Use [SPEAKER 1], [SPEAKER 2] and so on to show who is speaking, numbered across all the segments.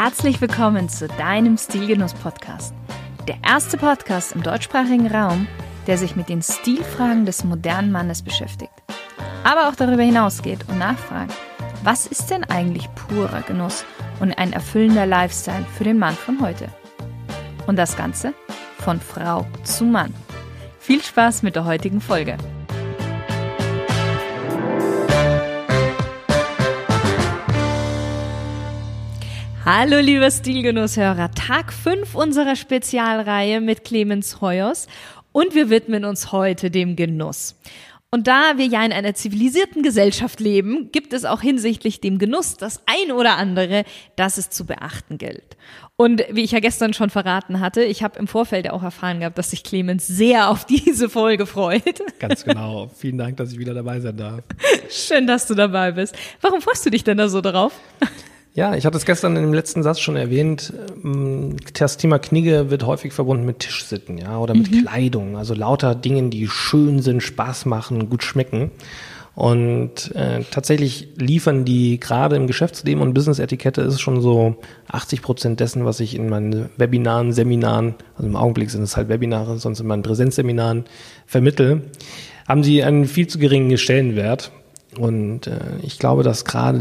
[SPEAKER 1] Herzlich willkommen zu deinem Stilgenuss-Podcast. Der erste Podcast im deutschsprachigen Raum, der sich mit den Stilfragen des modernen Mannes beschäftigt. Aber auch darüber hinausgeht und nachfragt, was ist denn eigentlich purer Genuss und ein erfüllender Lifestyle für den Mann von heute? Und das Ganze von Frau zu Mann. Viel Spaß mit der heutigen Folge. Hallo lieber Stilgenusshörer, Tag 5 unserer Spezialreihe mit Clemens Hoyos und wir widmen uns heute dem Genuss. Und da wir ja in einer zivilisierten Gesellschaft leben, gibt es auch hinsichtlich dem Genuss das ein oder andere, das es zu beachten gilt. Und wie ich ja gestern schon verraten hatte, ich habe im Vorfeld auch erfahren gehabt, dass sich Clemens sehr auf diese Folge freut.
[SPEAKER 2] Ganz genau. Vielen Dank, dass ich wieder dabei sein darf.
[SPEAKER 1] Schön, dass du dabei bist. Warum freust du dich denn da so drauf?
[SPEAKER 2] Ja, ich hatte es gestern in dem letzten Satz schon erwähnt. Das Thema Knigge wird häufig verbunden mit Tischsitten, ja, oder mit Kleidung. Also lauter Dingen, die schön sind, Spaß machen, gut schmecken. Und tatsächlich liefern die gerade im Geschäftsleben und Business-Etikette ist schon so 80% dessen, was ich in meinen Webinaren, Seminaren, also im Augenblick sind es halt Webinare, sonst in meinen Präsenzseminaren vermittle, haben sie einen viel zu geringen Stellenwert. Und ich glaube, dass gerade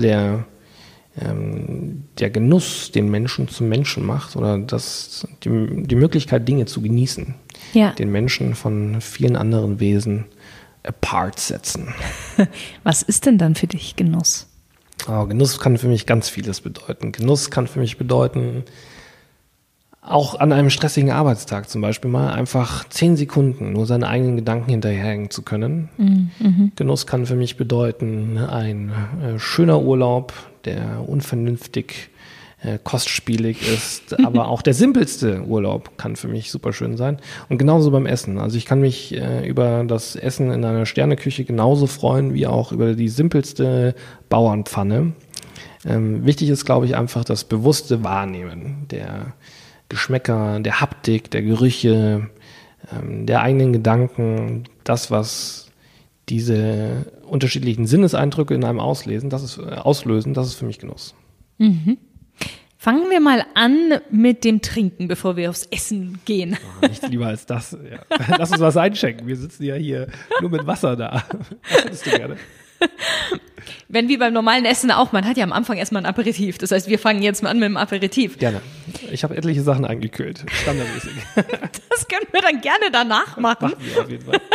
[SPEAKER 2] der Genuss den Menschen zum Menschen macht oder die Möglichkeit, Dinge zu genießen, den Menschen von vielen anderen Wesen apart setzen.
[SPEAKER 1] Was ist denn dann für dich Genuss?
[SPEAKER 2] Genuss kann für mich ganz vieles bedeuten. Genuss kann für mich bedeuten, auch an einem stressigen Arbeitstag zum Beispiel mal einfach 10 Sekunden nur seine eigenen Gedanken hinterherhängen zu können. Genuss kann für mich bedeuten, ein schöner Urlaub, der unvernünftig kostspielig ist, aber auch der simpelste Urlaub kann für mich super schön sein. Und genauso beim Essen. Also ich kann mich über das Essen in einer Sterneküche genauso freuen, wie auch über die simpelste Bauernpfanne. Wichtig ist, glaube ich, einfach das bewusste Wahrnehmen der Geschmäcker, der Haptik, der Gerüche, der eigenen Gedanken, das, was diese unterschiedlichen Sinneseindrücke in einem auslösen, das ist für mich Genuss.
[SPEAKER 1] Fangen wir mal an mit dem Trinken, bevor wir aufs Essen gehen.
[SPEAKER 2] Nichts lieber als das. Ja. Lass uns was einschenken. Wir sitzen ja hier nur mit Wasser da. Was hättest du gerne?
[SPEAKER 1] Wenn wie beim normalen Essen auch, man hat ja am Anfang erstmal ein Aperitif. Das heißt, wir fangen jetzt mal an mit dem Aperitif.
[SPEAKER 2] Gerne. Ich habe etliche Sachen eingekühlt, standardmäßig.
[SPEAKER 1] Das können wir dann gerne danach machen.
[SPEAKER 2] Machen wir auf jeden Fall.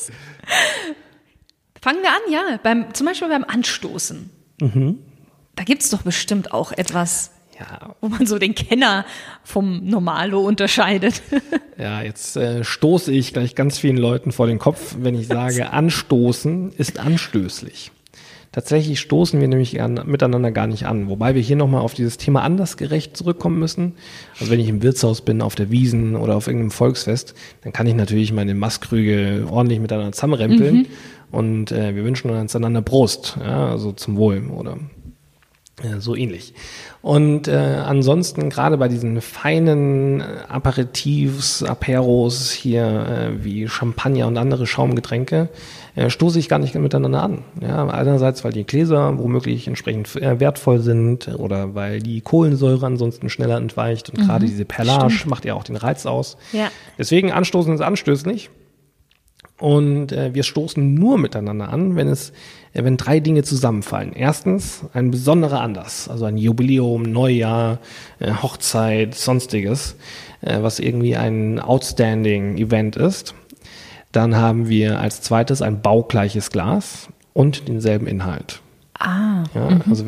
[SPEAKER 1] Fangen wir an, ja. Zum Beispiel beim Anstoßen. Da gibt's doch bestimmt auch etwas, wo man so den Kenner vom Normalo unterscheidet.
[SPEAKER 2] Ja, jetzt stoße ich gleich ganz vielen Leuten vor den Kopf, wenn ich sage, anstoßen ist anstößlich. Tatsächlich stoßen wir nämlich miteinander gar nicht an, wobei wir hier nochmal auf dieses Thema andersgerecht zurückkommen müssen. Also wenn ich im Wirtshaus bin, auf der Wiesn oder auf irgendeinem Volksfest, dann kann ich natürlich meine Maßkrüge ordentlich miteinander zusammenrempeln und wir wünschen uns einander Prost, ja, also zum Wohl oder so ähnlich. Und ansonsten gerade bei diesen feinen Aperitifs, Aperos hier wie Champagner und andere Schaumgetränke stoße ich gar nicht miteinander an. Ja, einerseits, weil die Gläser womöglich entsprechend wertvoll sind oder weil die Kohlensäure ansonsten schneller entweicht und gerade diese Perlage macht ja auch den Reiz aus. Ja. Deswegen anstoßen ist anstößlich. Und wir stoßen nur miteinander an, wenn 3 Dinge zusammenfallen. Erstens ein besonderer Anlass, also ein Jubiläum, Neujahr, Hochzeit, sonstiges, was irgendwie ein outstanding Event ist. Dann haben wir als zweites ein baugleiches Glas und denselben Inhalt. Also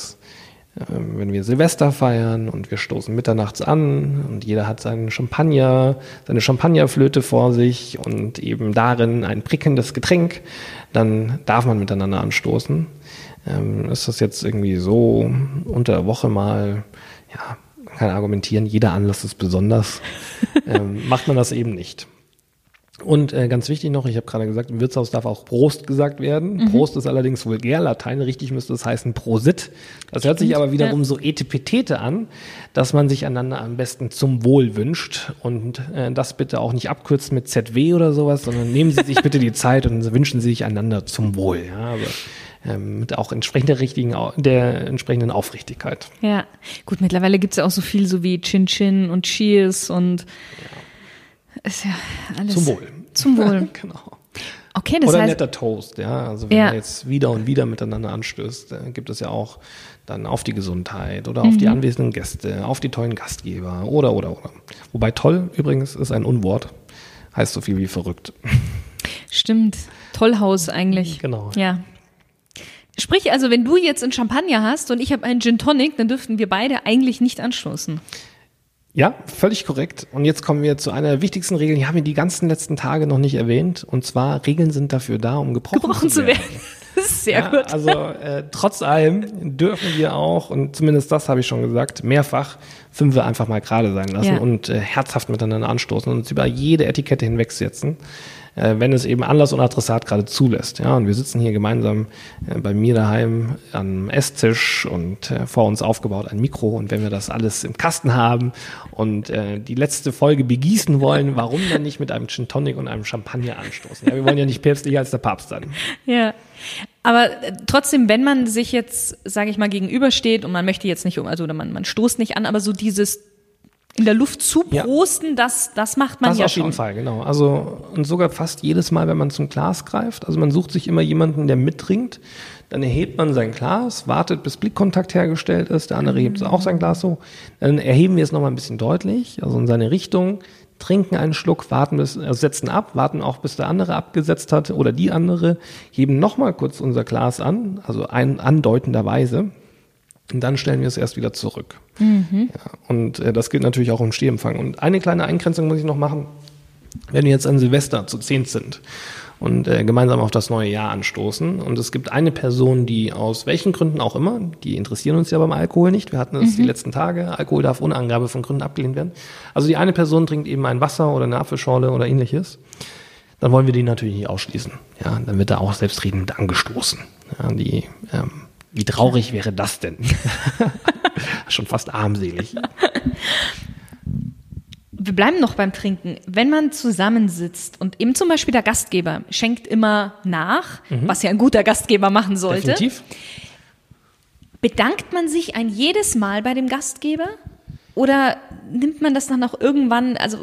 [SPEAKER 2] wenn wir Silvester feiern und wir stoßen mitternachts an und jeder hat seine Champagnerflöte vor sich und eben darin ein prickelndes Getränk, dann darf man miteinander anstoßen. Ist das jetzt irgendwie so unter der Woche mal, man kann argumentieren, jeder Anlass ist besonders, macht man das eben nicht. Und ganz wichtig noch, ich habe gerade gesagt, im Wirtshaus darf auch Prost gesagt werden. Prost ist allerdings Vulgärlatein, richtig müsste es heißen Prosit. Das hört sich aber wiederum so etepetete an, dass man sich einander am besten zum Wohl wünscht und das bitte auch nicht abkürzt mit ZW oder sowas, sondern nehmen Sie sich bitte die Zeit und wünschen Sie sich einander zum Wohl. Ja, aber mit auch der entsprechenden Aufrichtigkeit.
[SPEAKER 1] Ja, gut, mittlerweile gibt's ja auch so viel so wie Chin Chin und Cheers und ist ja alles.
[SPEAKER 2] Zum Wohl.
[SPEAKER 1] Zum Wohl.
[SPEAKER 2] Genau.
[SPEAKER 1] Okay, das
[SPEAKER 2] Oder
[SPEAKER 1] heißt,
[SPEAKER 2] netter Toast, ja. Also wenn man jetzt wieder und wieder miteinander anstößt, gibt es ja auch dann auf die Gesundheit oder auf die anwesenden Gäste, auf die tollen Gastgeber oder. Wobei toll übrigens ist ein Unwort, heißt so viel wie verrückt.
[SPEAKER 1] Stimmt, Tollhaus eigentlich.
[SPEAKER 2] Genau.
[SPEAKER 1] Ja. Sprich also, wenn du jetzt einen Champagner hast und ich habe einen Gin Tonic, dann dürften wir beide eigentlich nicht anstoßen.
[SPEAKER 2] Ja, völlig korrekt. Und jetzt kommen wir zu einer der wichtigsten Regeln, die haben wir die ganzen letzten Tage noch nicht erwähnt. Und zwar, Regeln sind dafür da, um gebrochen zu werden.
[SPEAKER 1] Das ist sehr gut.
[SPEAKER 2] Also trotz allem dürfen wir auch, und zumindest das habe ich schon gesagt, mehrfach Fünfe einfach mal gerade sein lassen und herzhaft miteinander anstoßen und uns über jede Etikette hinwegsetzen, wenn es eben Anlass und Adressat gerade zulässt. Ja, und wir sitzen hier gemeinsam bei mir daheim am Esstisch und vor uns aufgebaut ein Mikro. Und wenn wir das alles im Kasten haben und die letzte Folge begießen wollen, warum dann nicht mit einem Gin Tonic und einem Champagner anstoßen? Ja, wir wollen ja nicht päpstlicher als der Papst sein.
[SPEAKER 1] Ja, aber trotzdem, wenn man sich jetzt, sage ich mal, gegenübersteht und man möchte jetzt nicht oder man stoßt nicht an, aber so dieses in der Luft zuprosten, das macht man
[SPEAKER 2] das
[SPEAKER 1] ja
[SPEAKER 2] auf
[SPEAKER 1] schon.
[SPEAKER 2] jeden Fall, genau. Also und sogar fast jedes Mal, wenn man zum Glas greift. Also man sucht sich immer jemanden, der mittrinkt. Dann erhebt man sein Glas, wartet, bis Blickkontakt hergestellt ist. Der andere hebt auch sein Glas so. Dann erheben wir es nochmal ein bisschen deutlich, also in seine Richtung. Trinken einen Schluck, setzen ab, warten auch, bis der andere abgesetzt hat oder die andere, heben nochmal kurz unser Glas an, also andeutenderweise. Und dann stellen wir es erst wieder zurück. Ja, und das gilt natürlich auch im Stehempfang. Und eine kleine Eingrenzung muss ich noch machen. Wenn wir jetzt an Silvester zu 10 sind und gemeinsam auf das neue Jahr anstoßen und es gibt eine Person, die aus welchen Gründen auch immer, die interessieren uns ja beim Alkohol nicht, wir hatten das die letzten Tage, Alkohol darf ohne Angabe von Gründen abgelehnt werden. Also die eine Person trinkt eben ein Wasser oder eine Apfelschorle oder ähnliches, dann wollen wir die natürlich nicht ausschließen. Ja, dann wird da auch selbstredend angestoßen. Ja, wie traurig wäre das denn? Schon fast armselig.
[SPEAKER 1] Wir bleiben noch beim Trinken. Wenn man zusammensitzt und eben zum Beispiel der Gastgeber schenkt immer nach, was ja ein guter Gastgeber machen sollte.
[SPEAKER 2] Definitiv.
[SPEAKER 1] Bedankt man sich ein jedes Mal bei dem Gastgeber? Oder nimmt man das dann auch irgendwann, also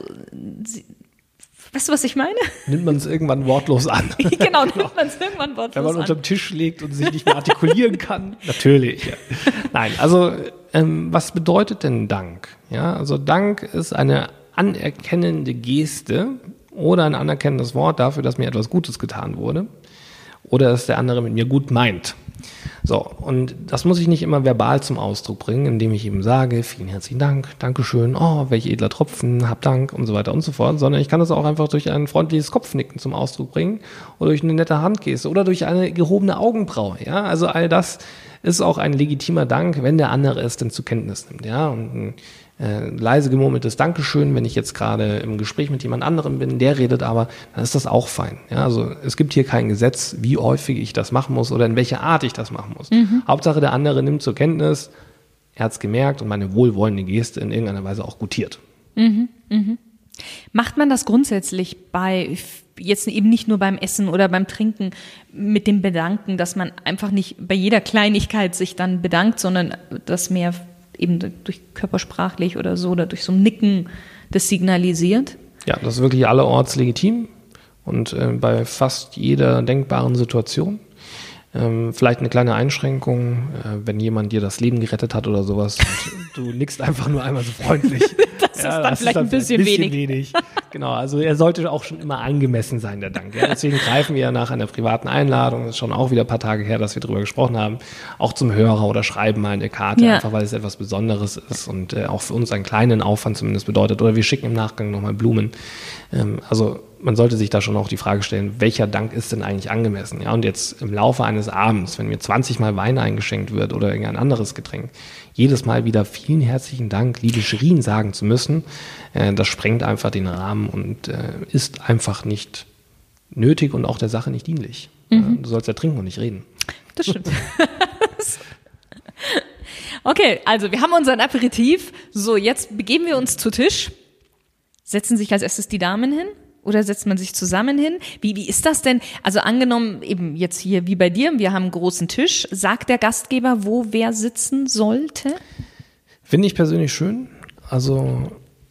[SPEAKER 1] weißt du, was ich meine?
[SPEAKER 2] Nimmt man es irgendwann wortlos an.
[SPEAKER 1] Genau, nimmt man es irgendwann wortlos an.
[SPEAKER 2] Wenn man unterm Tisch liegt und sich nicht mehr artikulieren kann. Natürlich. Ja. Nein, also was bedeutet denn Dank? Ja, also Dank ist eine anerkennende Geste oder ein anerkennendes Wort dafür, dass mir etwas Gutes getan wurde oder dass der andere mit mir gut meint. So, und das muss ich nicht immer verbal zum Ausdruck bringen, indem ich ihm sage, vielen herzlichen Dank, Dankeschön, oh, welch edler Tropfen, hab Dank und so weiter und so fort, sondern ich kann das auch einfach durch ein freundliches Kopfnicken zum Ausdruck bringen oder durch eine nette Handgeste oder durch eine gehobene Augenbraue, ja, also all das ist auch ein legitimer Dank, wenn der andere es denn zur Kenntnis nimmt, ja, und leise gemurmeltes Dankeschön, wenn ich jetzt gerade im Gespräch mit jemand anderem bin, der redet aber, dann ist das auch fein. Ja, also es gibt hier kein Gesetz, wie häufig ich das machen muss oder in welcher Art ich das machen muss. Hauptsache der andere nimmt zur Kenntnis, er hat es gemerkt und meine wohlwollende Geste in irgendeiner Weise auch gutiert.
[SPEAKER 1] Macht man das grundsätzlich jetzt eben nicht nur beim Essen oder beim Trinken mit dem Bedanken, dass man einfach nicht bei jeder Kleinigkeit sich dann bedankt, sondern das mehr eben durch körpersprachlich oder so oder durch so ein Nicken das signalisiert?
[SPEAKER 2] Ja, das ist wirklich allerorts legitim und bei fast jeder denkbaren Situation. Vielleicht eine kleine Einschränkung, wenn jemand dir das Leben gerettet hat oder sowas und du nickst einfach nur einmal so freundlich.
[SPEAKER 1] Das ist dann vielleicht ein bisschen wenig.
[SPEAKER 2] Genau, also er sollte auch schon immer angemessen sein, der Dank. Ja, deswegen greifen wir nach einer privaten Einladung, das ist schon auch wieder ein paar Tage her, dass wir darüber gesprochen haben, auch zum Hörer oder schreiben mal eine Karte, einfach weil es etwas Besonderes ist und auch für uns einen kleinen Aufwand zumindest bedeutet. Oder wir schicken im Nachgang nochmal Blumen. Also man sollte sich da schon auch die Frage stellen, welcher Dank ist denn eigentlich angemessen? Ja, und jetzt im Laufe eines Abends, wenn mir 20 Mal Wein eingeschenkt wird oder irgendein anderes Getränk, jedes Mal wieder vielen herzlichen Dank, liebe Shirin sagen zu müssen, das sprengt einfach den Rahmen und ist einfach nicht nötig und auch der Sache nicht dienlich. Ja, du sollst ja trinken und nicht reden.
[SPEAKER 1] Das stimmt. Okay, also wir haben unseren Aperitif. So, jetzt begeben wir uns zu Tisch. Setzen sich als erstes die Damen hin. Oder setzt man sich zusammen hin? Wie ist das denn? Also angenommen, eben jetzt hier wie bei dir, wir haben einen großen Tisch. Sagt der Gastgeber, wo wer sitzen sollte?
[SPEAKER 2] Finde ich persönlich schön. Also,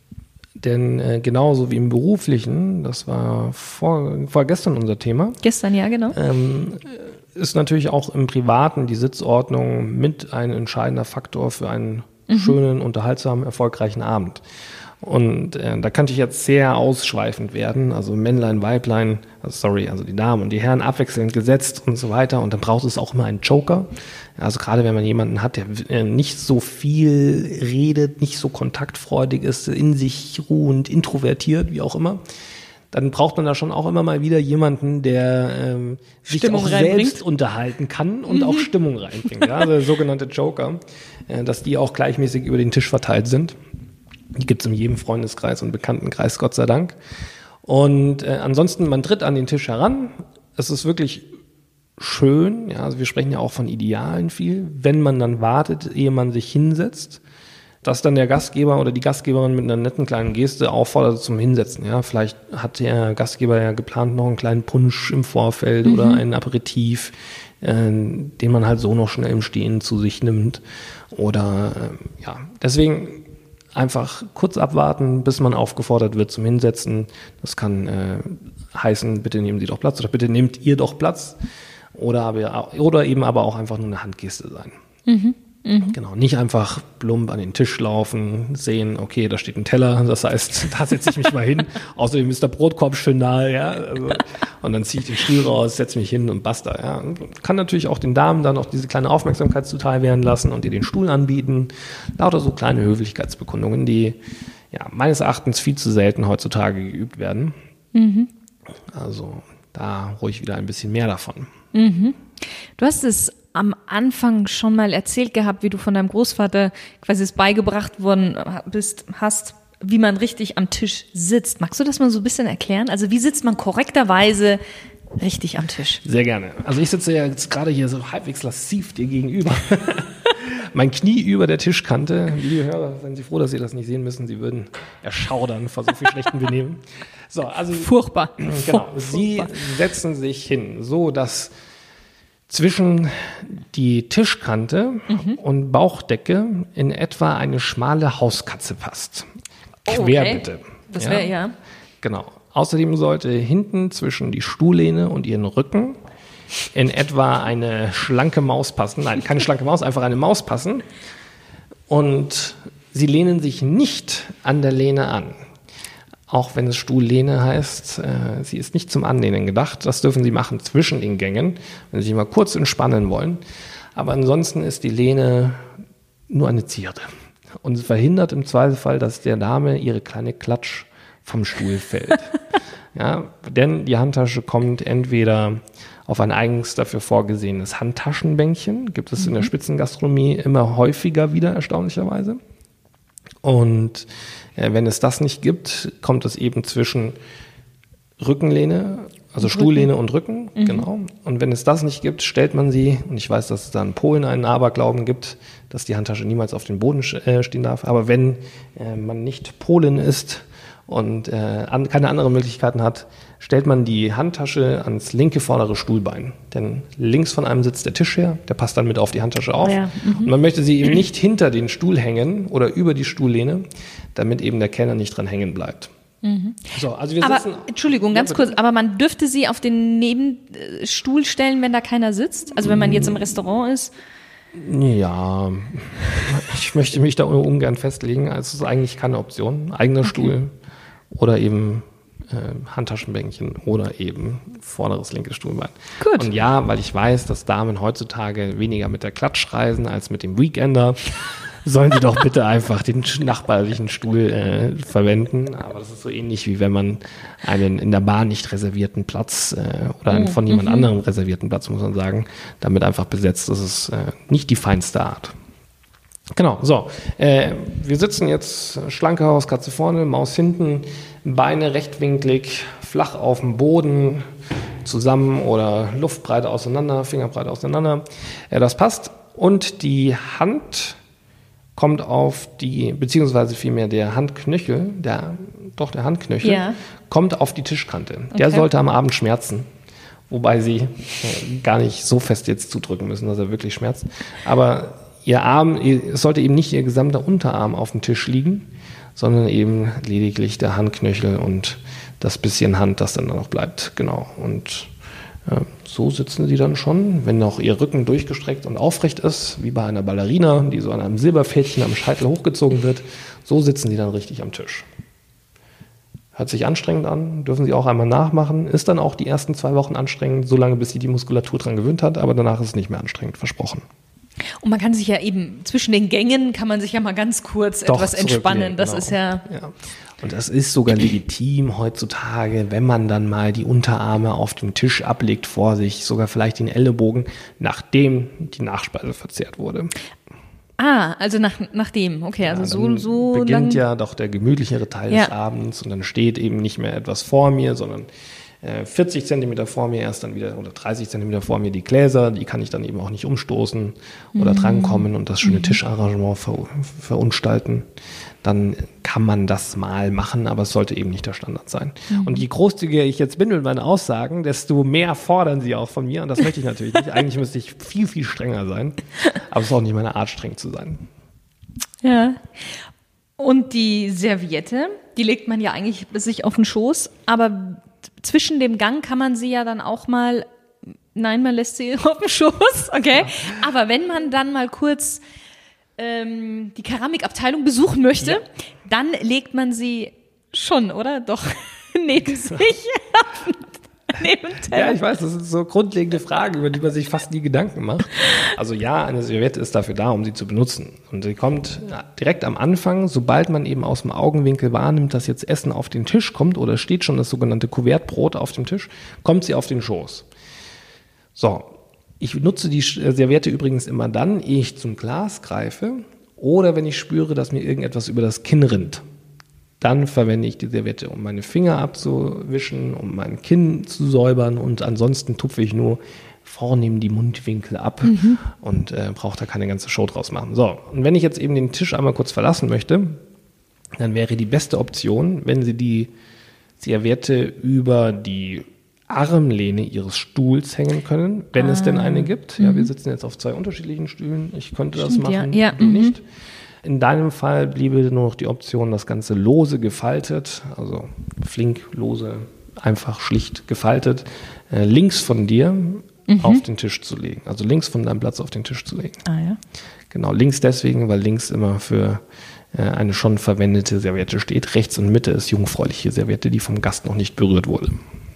[SPEAKER 2] denn genauso wie im Beruflichen, das war vorgestern unser Thema.
[SPEAKER 1] Gestern, ja, genau.
[SPEAKER 2] Ist natürlich auch im Privaten die Sitzordnung mit ein entscheidender Faktor für einen schönen, unterhaltsamen, erfolgreichen Abend. Und da könnte ich jetzt sehr ausschweifend werden, also Männlein, Weiblein, also die Damen und die Herren abwechselnd gesetzt und so weiter. Und dann braucht es auch immer einen Joker. Also gerade wenn man jemanden hat, der nicht so viel redet, nicht so kontaktfreudig ist, in sich ruhend, introvertiert, wie auch immer, dann braucht man da schon auch immer mal wieder jemanden, der sich
[SPEAKER 1] Stimmung
[SPEAKER 2] auch selbst unterhalten kann und auch Stimmung reinbringt. Ja? Also der sogenannte Joker, dass die auch gleichmäßig über den Tisch verteilt sind. Die gibt es in jedem Freundeskreis und Bekanntenkreis, Gott sei Dank. Und ansonsten, man tritt an den Tisch heran. Es ist wirklich schön, ja, also wir sprechen ja auch von Idealen viel, wenn man dann wartet, ehe man sich hinsetzt, dass dann der Gastgeber oder die Gastgeberin mit einer netten kleinen Geste auffordert zum Hinsetzen. Ja, vielleicht hat der Gastgeber ja geplant noch einen kleinen Punsch im Vorfeld oder einen Aperitif, den man halt so noch schnell im Stehen zu sich nimmt. Oder deswegen einfach kurz abwarten, bis man aufgefordert wird zum Hinsetzen. Das kann heißen, bitte nehmen Sie doch Platz oder bitte nehmt ihr doch Platz. Oder eben aber auch einfach nur eine Handgeste sein. Genau, nicht einfach plump an den Tisch laufen, sehen, okay, da steht ein Teller, das heißt, da setze ich mich mal hin. Außerdem ist der Brotkorb schön nahe, ja. Also, und dann ziehe ich den Stuhl raus, setze mich hin und basta, ja. Kann natürlich auch den Damen dann auch diese kleine Aufmerksamkeit zuteil werden lassen und ihr den Stuhl anbieten. Lauter so kleine Höflichkeitsbekundungen, die ja meines Erachtens viel zu selten heutzutage geübt werden. Also da ruhig wieder ein bisschen mehr davon.
[SPEAKER 1] Du hast es am Anfang schon mal erzählt gehabt, wie du von deinem Großvater quasi es beigebracht worden hast, wie man richtig am Tisch sitzt. Magst du das mal so ein bisschen erklären? Also wie sitzt man korrekterweise richtig am Tisch?
[SPEAKER 2] Sehr gerne. Also ich sitze ja jetzt gerade hier so halbwegs lassiv dir gegenüber. Mein Knie über der Tischkante. Liebe Hörer, seien Sie froh, dass Sie das nicht sehen müssen. Sie würden erschaudern vor so viel schlechtem Benehmen. So, also
[SPEAKER 1] furchtbar.
[SPEAKER 2] Genau. Sie setzen sich hin, so dass zwischen die Tischkante und Bauchdecke in etwa eine schmale Hauskatze passt. Quer bitte.
[SPEAKER 1] Das wäre ja.
[SPEAKER 2] Genau. Außerdem sollte hinten zwischen die Stuhllehne und ihren Rücken in etwa eine schlanke Maus passen. Nein, keine schlanke Maus, einfach eine Maus passen. Und sie lehnen sich nicht an der Lehne an. Auch wenn es Stuhllehne heißt, sie ist nicht zum Anlehnen gedacht. Das dürfen Sie machen zwischen den Gängen, wenn Sie sich mal kurz entspannen wollen. Aber ansonsten ist die Lehne nur eine Zierde und verhindert im Zweifelsfall, dass der Dame ihre kleine Klatsch vom Stuhl fällt. Ja, denn die Handtasche kommt entweder auf ein eigens dafür vorgesehenes Handtaschenbänkchen, gibt es in der Spitzengastronomie immer häufiger wieder, erstaunlicherweise. Und wenn es das nicht gibt, kommt es eben zwischen Rückenlehne, also Stuhllehne und Rücken, genau. Und wenn es das nicht gibt, stellt man sie, und ich weiß, dass es da in Polen einen Aberglauben gibt, dass die Handtasche niemals auf dem Boden stehen darf, aber wenn man nicht Polin ist und keine anderen Möglichkeiten hat, stellt man die Handtasche ans linke vordere Stuhlbein. Denn links von einem sitzt der Tisch her, der passt dann mit auf die Handtasche auf. Ja. Und man möchte sie eben nicht hinter den Stuhl hängen oder über die Stuhllehne, damit eben der Kellner nicht dran hängen bleibt. So, also wir sitzen,
[SPEAKER 1] Entschuldigung, ganz kurz, aber man dürfte sie auf den Nebenstuhl stellen, wenn da keiner sitzt? Also wenn man jetzt im Restaurant ist?
[SPEAKER 2] Ja, ich möchte mich da ungern festlegen. Also es ist eigentlich keine Option. Eigener Stuhl oder eben Handtaschenbänkchen oder eben vorderes linkes Stuhlbein.
[SPEAKER 1] Gut.
[SPEAKER 2] Und ja, weil ich weiß, dass Damen heutzutage weniger mit der Klatsch reisen als mit dem Weekender, sollen sie doch bitte einfach den nachbarlichen Stuhl verwenden. Aber das ist so ähnlich, wie wenn man einen in der Bahn nicht reservierten Platz oder einen von jemand anderem reservierten Platz, muss man sagen, damit einfach besetzt. Das ist nicht die feinste Art. Genau, so. Wir sitzen jetzt schlanke Hauskatze vorne, Maus hinten, Beine rechtwinklig, flach auf dem Boden, zusammen oder luftbreit auseinander, fingerbreit auseinander. Das passt. Und die Handkopfhalterung kommt beziehungsweise vielmehr der Handknöchel, der Handknöchel, kommt auf die Tischkante. Okay. Der sollte am Abend schmerzen. Wobei Sie gar nicht so fest jetzt zudrücken müssen, dass er wirklich schmerzt. Aber es sollte eben nicht Ihr gesamter Unterarm auf dem Tisch liegen, sondern eben lediglich der Handknöchel und das bisschen Hand, das dann noch bleibt. Genau. Und so sitzen Sie dann schon, wenn auch Ihr Rücken durchgestreckt und aufrecht ist, wie bei einer Ballerina, die so an einem Silberfädchen am Scheitel hochgezogen wird. So sitzen Sie dann richtig am Tisch. Hört sich anstrengend an, dürfen Sie auch einmal nachmachen. Ist dann auch die ersten 2 Wochen anstrengend, solange bis Sie die Muskulatur dran gewöhnt hat, aber danach ist es nicht mehr anstrengend, versprochen.
[SPEAKER 1] Und man kann sich ja eben, zwischen den Gängen kann man sich ja mal ganz kurz etwas entspannen. Das ist ja.
[SPEAKER 2] Und das ist sogar legitim heutzutage, wenn man dann mal die Unterarme auf dem Tisch ablegt vor sich, sogar vielleicht den Ellenbogen, nachdem die Nachspeise verzehrt wurde.
[SPEAKER 1] Also nachdem, okay, also
[SPEAKER 2] dann
[SPEAKER 1] so
[SPEAKER 2] beginnt ja doch der gemütlichere Teil des Abends und dann steht eben nicht mehr etwas vor mir, sondern 40 Zentimeter vor mir erst dann wieder oder 30 Zentimeter vor mir die Gläser, die kann ich dann eben auch nicht umstoßen oder drankommen und das schöne Tischarrangement verunstalten. Dann kann man das mal machen, aber es sollte eben nicht der Standard sein. Und je großzügiger ich jetzt bin mit meinen Aussagen, desto mehr fordern sie auch von mir und das möchte ich natürlich nicht. Eigentlich müsste ich viel, viel strenger sein, aber es ist auch nicht meine Art, streng zu sein.
[SPEAKER 1] Ja. Und die Serviette, die legt man ja eigentlich sich auf den Schoß, aber zwischen dem Gang kann man sie ja dann auch mal, nein, man lässt sie auf dem Schoß, okay, aber wenn man dann mal kurz die Keramikabteilung besuchen möchte, dann legt man sie schon, oder? Doch, neben sich. Neben Teller.
[SPEAKER 2] Ja, ich weiß, das sind so grundlegende Fragen, über die man sich fast nie Gedanken macht. Also ja, eine Serviette ist dafür da, um sie zu benutzen. Und sie kommt direkt am Anfang, sobald man eben aus dem Augenwinkel wahrnimmt, dass jetzt Essen auf den Tisch kommt oder steht schon das sogenannte Kuvertbrot auf dem Tisch, kommt sie auf den Schoß. So, ich nutze die Serviette übrigens immer dann, ehe ich zum Glas greife oder wenn ich spüre, dass mir irgendetwas über das Kinn rinnt. Dann verwende ich die Serviette, um meine Finger abzuwischen, um mein Kinn zu säubern und ansonsten tupfe ich nur vornehm die Mundwinkel ab und brauche da keine ganze Show draus machen. So, und wenn ich jetzt eben den Tisch einmal kurz verlassen möchte, dann wäre die beste Option, wenn Sie die Serviette über die Armlehne Ihres Stuhls hängen können, wenn es denn eine gibt. Ja, wir sitzen jetzt auf 2 unterschiedlichen Stühlen. Ich könnte das machen, du nicht. In deinem Fall bliebe nur noch die Option, das Ganze lose gefaltet, also flink, lose, einfach schlicht gefaltet, links von dir auf den Tisch zu legen. Also links von deinem Platz auf den Tisch zu legen.
[SPEAKER 1] Ja.
[SPEAKER 2] Genau, links deswegen, weil links immer für eine schon verwendete Serviette steht. Rechts und Mitte ist jungfräuliche Serviette, die vom Gast noch nicht berührt wurde.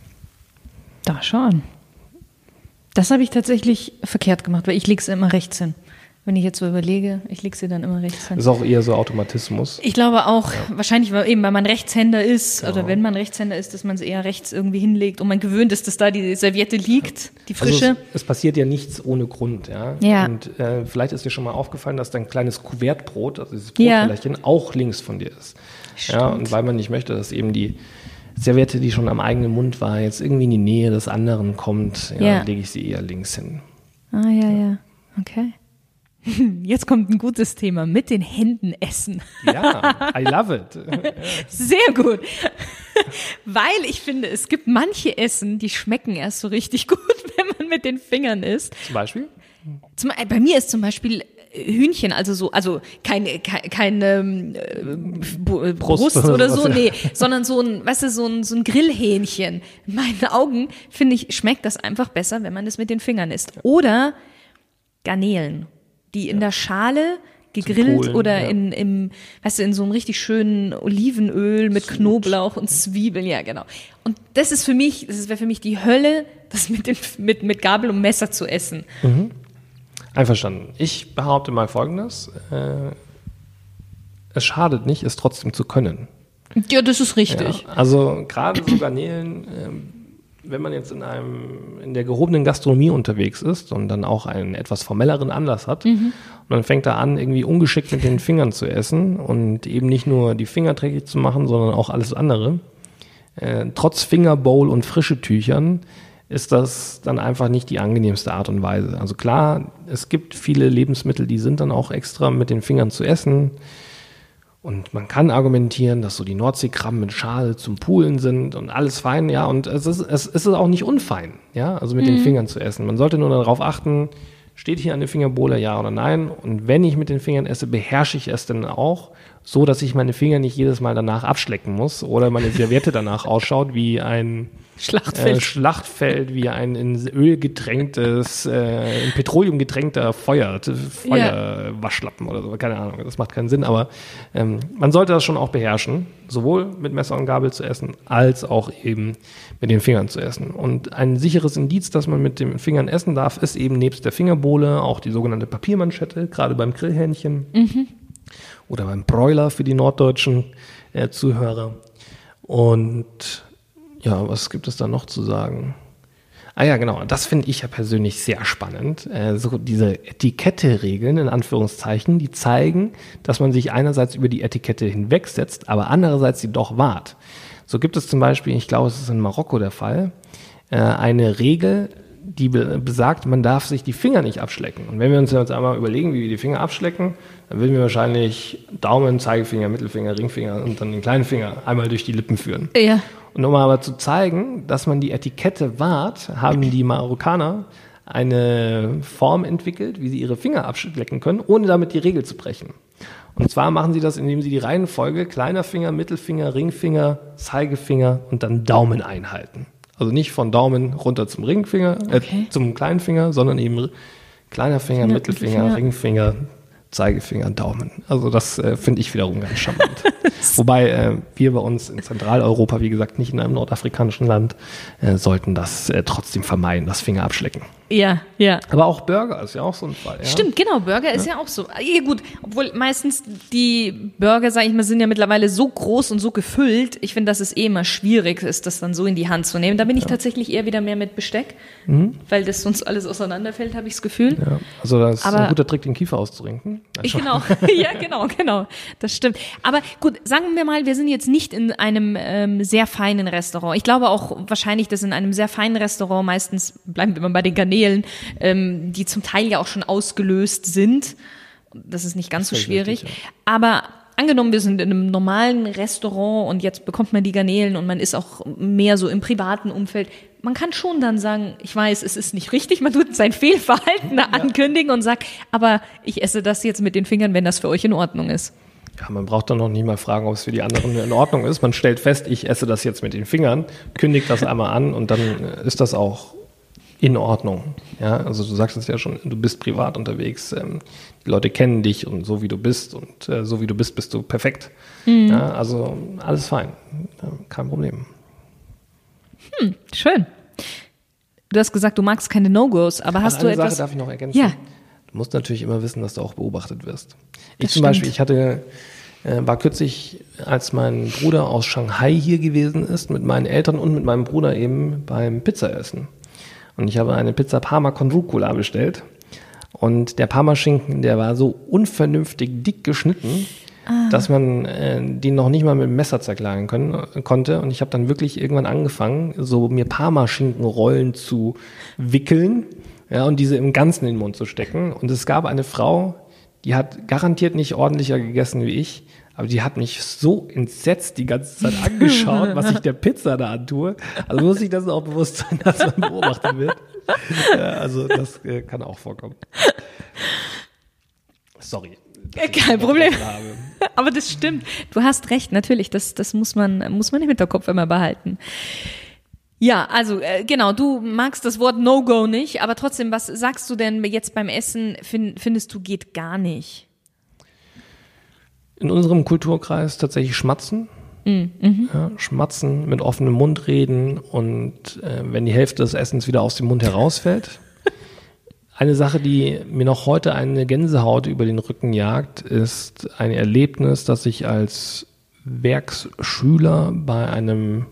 [SPEAKER 1] Da schon. Das habe ich tatsächlich verkehrt gemacht, weil ich lege sie immer rechts hin. Wenn ich jetzt so überlege, ich lege sie dann immer rechts hin.
[SPEAKER 2] Das ist auch eher so Automatismus.
[SPEAKER 1] Ich glaube auch, wahrscheinlich eben, weil man Rechtshänder ist, oder wenn man Rechtshänder ist, dass man es eher rechts irgendwie hinlegt und man gewöhnt ist, dass da die Serviette liegt, die frische.
[SPEAKER 2] Also es passiert ja nichts ohne Grund, ja. Und vielleicht ist dir schon mal aufgefallen, dass dein kleines Kuvertbrot, also dieses Brottellerchen, auch links von dir ist. Stimmt. Ja, und weil man nicht möchte, dass eben die Serviette, die schon am eigenen Mund war, jetzt irgendwie in die Nähe des anderen kommt, lege ich sie eher links hin.
[SPEAKER 1] Ja. Okay. Jetzt kommt ein gutes Thema, mit den Händen essen.
[SPEAKER 2] Ja, I love it.
[SPEAKER 1] Sehr gut. Weil ich finde, es gibt manche Essen, die schmecken erst so richtig gut, wenn man mit den Fingern isst.
[SPEAKER 2] Zum Beispiel?
[SPEAKER 1] Bei mir ist zum Beispiel Hühnchen, also keine Brust oder so, nee, sondern so ein Grillhähnchen. In meinen Augen, finde ich, schmeckt das einfach besser, wenn man es mit den Fingern isst. Oder Garnelen, die in der Schale gegrillt
[SPEAKER 2] Polen,
[SPEAKER 1] oder in so einem richtig schönen Olivenöl mit Knoblauch und Zwiebeln, ja genau. Und das wäre für mich die Hölle, das mit Gabel und Messer zu essen.
[SPEAKER 2] Mhm. Einverstanden. Ich behaupte mal Folgendes. Es schadet nicht, es trotzdem zu können.
[SPEAKER 1] Ja, das ist richtig.
[SPEAKER 2] Ja, also gerade so Garnelen, wenn man jetzt in der gehobenen Gastronomie unterwegs ist und dann auch einen etwas formelleren Anlass hat und dann fängt er an, irgendwie ungeschickt mit den Fingern zu essen und eben nicht nur die Finger dreckig zu machen, sondern auch alles andere. Trotz Fingerbowl und frische Tüchern ist das dann einfach nicht die angenehmste Art und Weise. Also klar, es gibt viele Lebensmittel, die sind dann auch extra mit den Fingern zu essen. Und man kann argumentieren, dass so die Nordseekrabben mit Schale zum Poolen sind und alles fein, ja. Und es ist auch nicht unfein, ja, also mit den Fingern zu essen. Man sollte nur darauf achten, steht hier eine Fingerbohle, ja oder nein? Und wenn ich mit den Fingern esse, beherrsche ich es dann auch, so dass ich meine Finger nicht jedes Mal danach abschlecken muss oder meine Serviette danach ausschaut wie ein Schlachtfeld, wie ein in Öl getränktes, in Petroleum getränkter Feuerwaschlappen oder so. Keine Ahnung, das macht keinen Sinn, aber man sollte das schon auch beherrschen, sowohl mit Messer und Gabel zu essen, als auch eben mit den Fingern zu essen. Und ein sicheres Indiz, dass man mit den Fingern essen darf, ist eben nebst der Fingerbohle auch die sogenannte Papiermanschette, gerade beim Grillhähnchen oder beim Broiler für die norddeutschen Zuhörer. Und ja, was gibt es da noch zu sagen? Ah ja, genau, das finde ich ja persönlich sehr spannend. So diese Etikette-Regeln, in Anführungszeichen, die zeigen, dass man sich einerseits über die Etikette hinwegsetzt, aber andererseits sie doch wahrt. So gibt es zum Beispiel, ich glaube, es ist in Marokko der Fall, eine Regel, die besagt, man darf sich die Finger nicht abschlecken. Und wenn wir uns jetzt einmal überlegen, wie wir die Finger abschlecken, dann würden wir wahrscheinlich Daumen, Zeigefinger, Mittelfinger, Ringfinger und dann den kleinen Finger einmal durch die Lippen führen.
[SPEAKER 1] Ja.
[SPEAKER 2] Und um aber zu zeigen, dass man die Etikette wahrt, haben die Marokkaner eine Form entwickelt, wie sie ihre Finger abschlecken können, ohne damit die Regel zu brechen. Und zwar machen sie das, indem sie die Reihenfolge kleiner Finger, Mittelfinger, Ringfinger, Zeigefinger und dann Daumen einhalten. Also nicht von Daumen runter zum Ringfinger, zum kleinen Finger, sondern eben kleiner Finger, Mittelfinger, Ringfinger, Zeigefinger, Daumen. Also das finde ich wiederum ganz charmant. Wobei wir bei uns in Zentraleuropa, wie gesagt, nicht in einem nordafrikanischen Land, sollten das trotzdem vermeiden, das Finger abschlecken.
[SPEAKER 1] Ja, ja.
[SPEAKER 2] Aber auch Burger ist ja auch so ein Fall. Ja?
[SPEAKER 1] Stimmt, genau, Burger ist ja auch so. Ja, gut, obwohl meistens die Burger, sag ich mal, sind ja mittlerweile so groß und so gefüllt. Ich finde, dass es immer schwierig ist, das dann so in die Hand zu nehmen. Da bin ich tatsächlich eher wieder mehr mit Besteck, weil das sonst alles auseinanderfällt, habe ich das Gefühl. Ja,
[SPEAKER 2] also das ist ein guter Trick, den Kiefer auszurenken.
[SPEAKER 1] Genau, ja, genau, das stimmt. Aber gut, sagen wir mal, wir sind jetzt nicht in einem sehr feinen Restaurant. Ich glaube auch wahrscheinlich, dass in einem sehr feinen Restaurant meistens, bleiben wir mal bei den Garnelen, die zum Teil ja auch schon ausgelöst sind. Das ist nicht ganz so schwierig. Richtig, ja. Aber angenommen, wir sind in einem normalen Restaurant und jetzt bekommt man die Garnelen und man ist auch mehr so im privaten Umfeld. Man kann schon dann sagen, ich weiß, es ist nicht richtig, man tut sein Fehlverhalten ankündigen und sagt, aber ich esse das jetzt mit den Fingern, wenn das für euch in Ordnung ist.
[SPEAKER 2] Ja, man braucht dann noch nicht mal fragen, ob es für die anderen in Ordnung ist. Man stellt fest, ich esse das jetzt mit den Fingern, kündigt das einmal an und dann ist das auch in Ordnung. Ja, also du sagst es ja schon, du bist privat unterwegs, die Leute kennen dich und so wie du bist und so wie du bist, bist du perfekt. Ja, also alles fein, kein Problem.
[SPEAKER 1] Schön. Du hast gesagt, du magst keine No-Gos, aber hast du etwas...
[SPEAKER 2] Eine Sache darf ich noch ergänzen.
[SPEAKER 1] Ja.
[SPEAKER 2] Du musst natürlich immer wissen, dass du auch beobachtet wirst. Ich zum Beispiel, war kürzlich, als mein Bruder aus Shanghai hier gewesen ist, mit meinen Eltern und mit meinem Bruder eben beim Pizzaessen. Und ich habe eine Pizza Parma con Rucola bestellt. Und der Parmaschinken, der war so unvernünftig dick geschnitten, dass man den noch nicht mal mit dem Messer zerklaren konnte. Und ich habe dann wirklich irgendwann angefangen, so mir Parmaschinkenrollen zu wickeln, ja, und diese im Ganzen in den Mund zu stecken. Und es gab eine Frau, die hat garantiert nicht ordentlicher gegessen wie ich, aber die hat mich so entsetzt die ganze Zeit angeschaut, was ich der Pizza da antue. Also muss ich das auch bewusst sein, dass man beobachtet wird. Ja, also das kann auch vorkommen. Sorry.
[SPEAKER 1] Kein Problem. Aber das stimmt. Du hast recht, natürlich. Das muss man im Hinterkopf immer behalten. Ja, also genau, du magst das Wort No-Go nicht, aber trotzdem, was sagst du denn jetzt beim Essen, findest du geht gar nicht?
[SPEAKER 2] In unserem Kulturkreis tatsächlich schmatzen. Ja, schmatzen, mit offenem Mund reden und wenn die Hälfte des Essens wieder aus dem Mund herausfällt. Eine Sache, die mir noch heute eine Gänsehaut über den Rücken jagt, ist ein Erlebnis, das ich als Werksschüler bei einem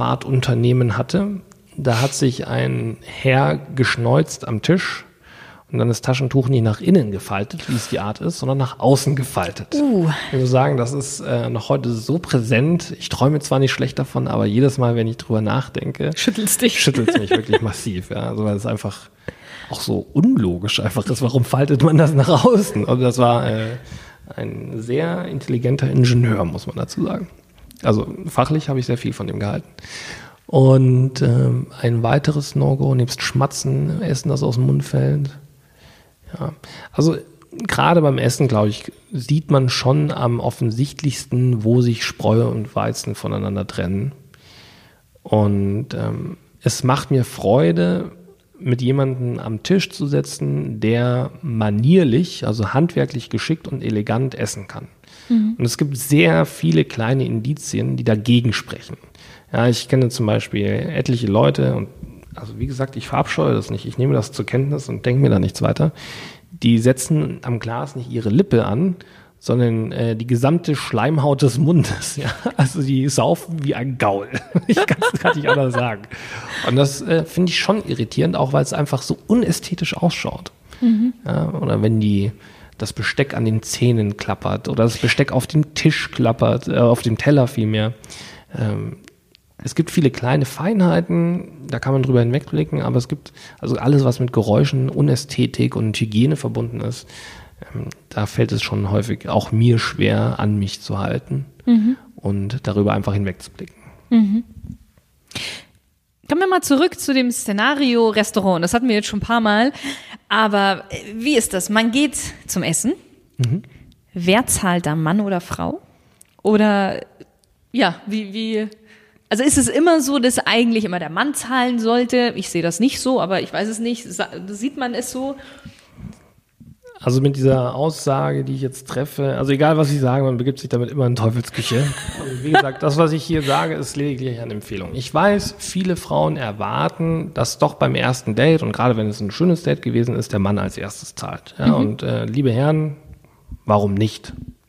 [SPEAKER 2] Luftfahrtunternehmen hatte. Da hat sich ein Herr geschneuzt am Tisch und und dann das Taschentuch nicht nach innen gefaltet, wie es die Art ist, sondern nach außen gefaltet. Ich muss sagen, das ist noch heute so präsent. Ich träume zwar nicht schlecht davon, aber jedes Mal, wenn ich drüber nachdenke, schüttelt es mich wirklich massiv. Ja? Also weil es einfach auch so unlogisch einfach ist. Warum faltet man das nach außen? Also das war ein sehr intelligenter Ingenieur, muss man dazu sagen. Also fachlich habe ich sehr viel von dem gehalten. Und ein weiteres No-Go, nebst Schmatzen, Essen, das aus dem Mund fällt. Ja, also gerade beim Essen, glaube ich, sieht man schon am offensichtlichsten, wo sich Spreu und Weizen voneinander trennen. Und es macht mir Freude, mit jemandem am Tisch zu sitzen, der manierlich, also handwerklich geschickt und elegant essen kann. Und es gibt sehr viele kleine Indizien, die dagegen sprechen. Ja, ich kenne zum Beispiel etliche Leute und also wie gesagt, ich verabscheue das nicht. Ich nehme das zur Kenntnis und denke mir da nichts weiter. Die setzen am Glas nicht ihre Lippe an, sondern die gesamte Schleimhaut des Mundes. Ja? Also die saufen wie ein Gaul. Ich kann es gar nicht anders sagen. Und das finde ich schon irritierend, auch weil es einfach so unästhetisch ausschaut. Ja, oder wenn das Besteck an den Zähnen klappert oder das Besteck auf dem Tisch klappert, auf dem Teller vielmehr. Es gibt viele kleine Feinheiten, da kann man drüber hinwegblicken, aber es gibt also alles, was mit Geräuschen, Unästhetik und Hygiene verbunden ist, da fällt es schon häufig auch mir schwer, an mich zu halten und darüber einfach hinwegzublicken.
[SPEAKER 1] Kommen wir mal zurück zu dem Szenario Restaurant. Das hatten wir jetzt schon ein paar Mal. Aber wie ist das? Man geht zum Essen. Wer zahlt da, Mann oder Frau? Oder ja, wie? Also ist es immer so, dass eigentlich immer der Mann zahlen sollte? Ich sehe das nicht so, aber ich weiß es nicht. Sieht man es so?
[SPEAKER 2] Also mit dieser Aussage, die ich jetzt treffe, also egal was ich sage, man begibt sich damit immer in Teufelsküche. Also wie gesagt, das, was ich hier sage, ist lediglich eine Empfehlung. Ich weiß, viele Frauen erwarten, dass doch beim ersten Date, und gerade wenn es ein schönes Date gewesen ist, der Mann als erstes zahlt. Ja, und liebe Herren, warum nicht?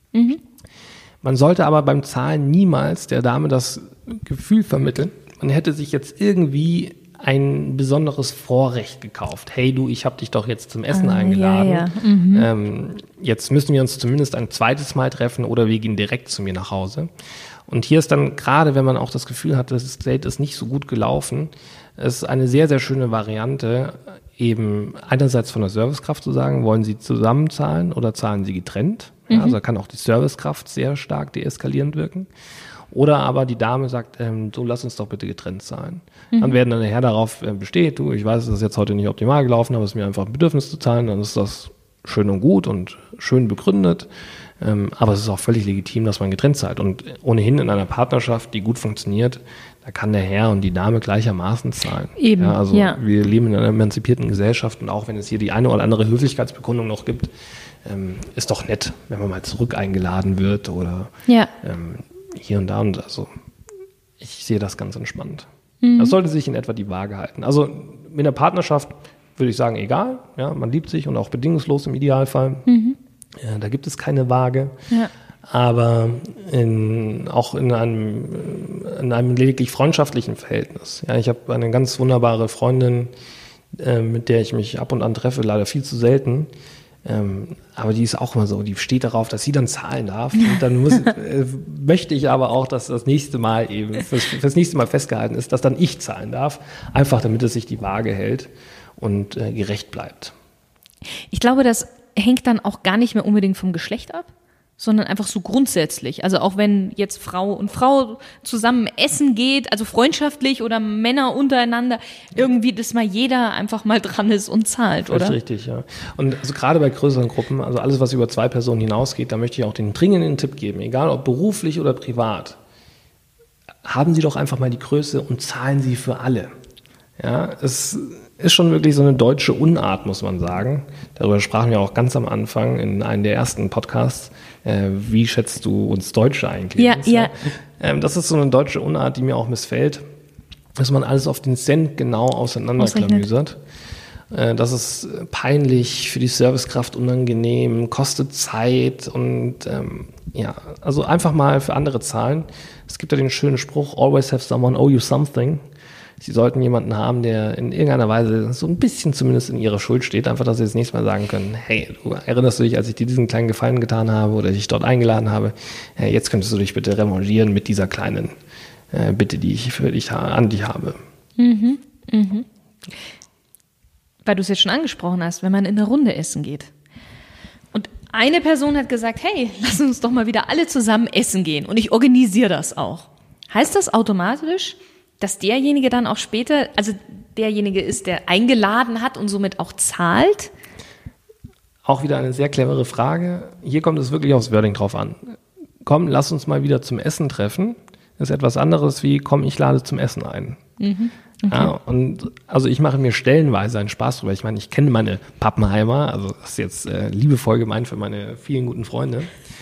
[SPEAKER 2] Man sollte aber beim Zahlen niemals der Dame das Gefühl vermitteln, man hätte sich jetzt irgendwie ein besonderes Vorrecht gekauft. Hey du, ich habe dich doch jetzt zum Essen eingeladen. Jetzt müssen wir uns zumindest ein zweites Mal treffen oder wir gehen direkt zu mir nach Hause. Und hier ist dann gerade, wenn man auch das Gefühl hat, das Date ist nicht so gut gelaufen, ist eine sehr, sehr schöne Variante, eben einerseits von der Servicekraft zu sagen, wollen Sie zusammen zahlen oder zahlen Sie getrennt? Ja, also da kann auch die Servicekraft sehr stark deeskalierend wirken. Oder aber die Dame sagt, so lass uns doch bitte getrennt zahlen. Dann werden dann der Herr darauf besteht, du, ich weiß, es ist jetzt heute nicht optimal gelaufen, aber es ist mir einfach ein Bedürfnis zu zahlen, dann ist das schön und gut und schön begründet. Aber es ist auch völlig legitim, dass man getrennt zahlt. Und ohnehin in einer Partnerschaft, die gut funktioniert, da kann der Herr und die Dame gleichermaßen zahlen.
[SPEAKER 1] Eben,
[SPEAKER 2] ja, also wir leben in einer emanzipierten Gesellschaft und auch wenn es hier die eine oder andere Höflichkeitsbekundung noch gibt, ist doch nett, wenn man mal zurück eingeladen wird oder hier und da. Und also ich sehe das ganz entspannt. Das sollte sich in etwa die Waage halten. Also in der Partnerschaft würde ich sagen, egal, ja, man liebt sich und auch bedingungslos im Idealfall. Ja, da gibt es keine Waage. Ja. Aber auch in einem lediglich freundschaftlichen Verhältnis. Ja, ich habe eine ganz wunderbare Freundin, mit der ich mich ab und an treffe, leider viel zu selten. Aber die ist auch immer so, die steht darauf, dass sie dann zahlen darf. Und dann möchte ich aber auch, dass das nächste Mal eben, fürs nächste Mal festgehalten ist, dass dann ich zahlen darf. Einfach damit es sich die Waage hält und gerecht bleibt.
[SPEAKER 1] Ich glaube, das hängt dann auch gar nicht mehr unbedingt vom Geschlecht ab, sondern einfach so grundsätzlich. Also auch wenn jetzt Frau und Frau zusammen essen geht, also freundschaftlich oder Männer untereinander, irgendwie, dass mal jeder einfach mal dran ist und zahlt, oder?
[SPEAKER 2] Richtig, ja. Und also gerade bei größeren Gruppen, also alles, was über 2 Personen hinausgeht, da möchte ich auch den dringenden Tipp geben, egal ob beruflich oder privat, haben Sie doch einfach mal die Größe und zahlen Sie für alle. Ja, es ist schon wirklich so eine deutsche Unart, muss man sagen. Darüber sprachen wir auch ganz am Anfang in einem der ersten Podcasts. Wie schätzt du uns Deutsche eigentlich?
[SPEAKER 1] Ja.
[SPEAKER 2] Das ist so eine deutsche Unart, die mir auch missfällt, dass man alles auf den Cent genau auseinanderklamüsert. Das ist peinlich, für die Servicekraft unangenehm, kostet Zeit und also einfach mal für andere zahlen. Es gibt ja den schönen Spruch, always have someone owe you something. Sie sollten jemanden haben, der in irgendeiner Weise so ein bisschen zumindest in ihrer Schuld steht. Einfach, dass sie das nächste Mal sagen können, hey, du erinnerst du dich, als ich dir diesen kleinen Gefallen getan habe oder dich dort eingeladen habe, hey, jetzt könntest du dich bitte revanchieren mit dieser kleinen Bitte, die ich für dich an dich habe.
[SPEAKER 1] Weil du es jetzt schon angesprochen hast, wenn man in eine Runde essen geht. Und eine Person hat gesagt, hey, lass uns doch mal wieder alle zusammen essen gehen. Und ich organisiere das auch. Heißt das automatisch, dass derjenige dann auch später, also derjenige ist, der eingeladen hat und somit auch zahlt?
[SPEAKER 2] Auch wieder eine sehr clevere Frage. Hier kommt es wirklich aufs Wording drauf an. Komm, lass uns mal wieder zum Essen treffen. Das ist etwas anderes wie, komm, ich lade zum Essen ein. Okay. Ja, und also ich mache mir stellenweise einen Spaß drüber. Ich meine, ich kenne meine Pappenheimer, also das ist jetzt liebevoll gemeint für meine vielen guten Freunde.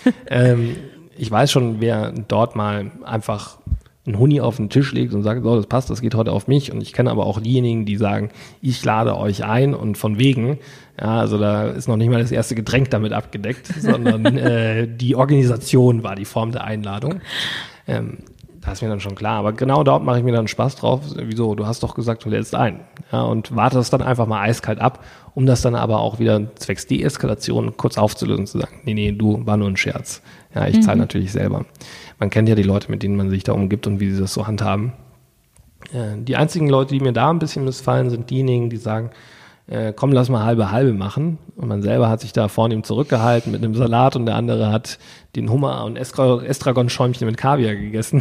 [SPEAKER 2] Ich weiß schon, wer dort mal einfach einen Huni auf den Tisch legt und sagt, so, das passt, das geht heute auf mich. Und ich kenne aber auch diejenigen, die sagen, ich lade euch ein und von wegen. Ja, also da ist noch nicht mal das erste Getränk damit abgedeckt, sondern die Organisation war die Form der Einladung. Das ist mir dann schon klar. Aber genau dort mache ich mir dann Spaß drauf. Wieso? Du hast doch gesagt, du lädst ein. Ja, und warte das dann einfach mal eiskalt ab, um das dann aber auch wieder zwecks Deeskalation kurz aufzulösen, zu sagen, nee, du, war nur ein Scherz. Ja, ich zahle natürlich selber. Man kennt ja die Leute, mit denen man sich da umgibt und wie sie das so handhaben. Die einzigen Leute, die mir da ein bisschen missfallen, sind diejenigen, die sagen, komm, lass mal halbe halbe machen. Und man selber hat sich da vorne zurückgehalten mit einem Salat und der andere hat den Hummer- und Estragon-Schäumchen mit Kaviar gegessen.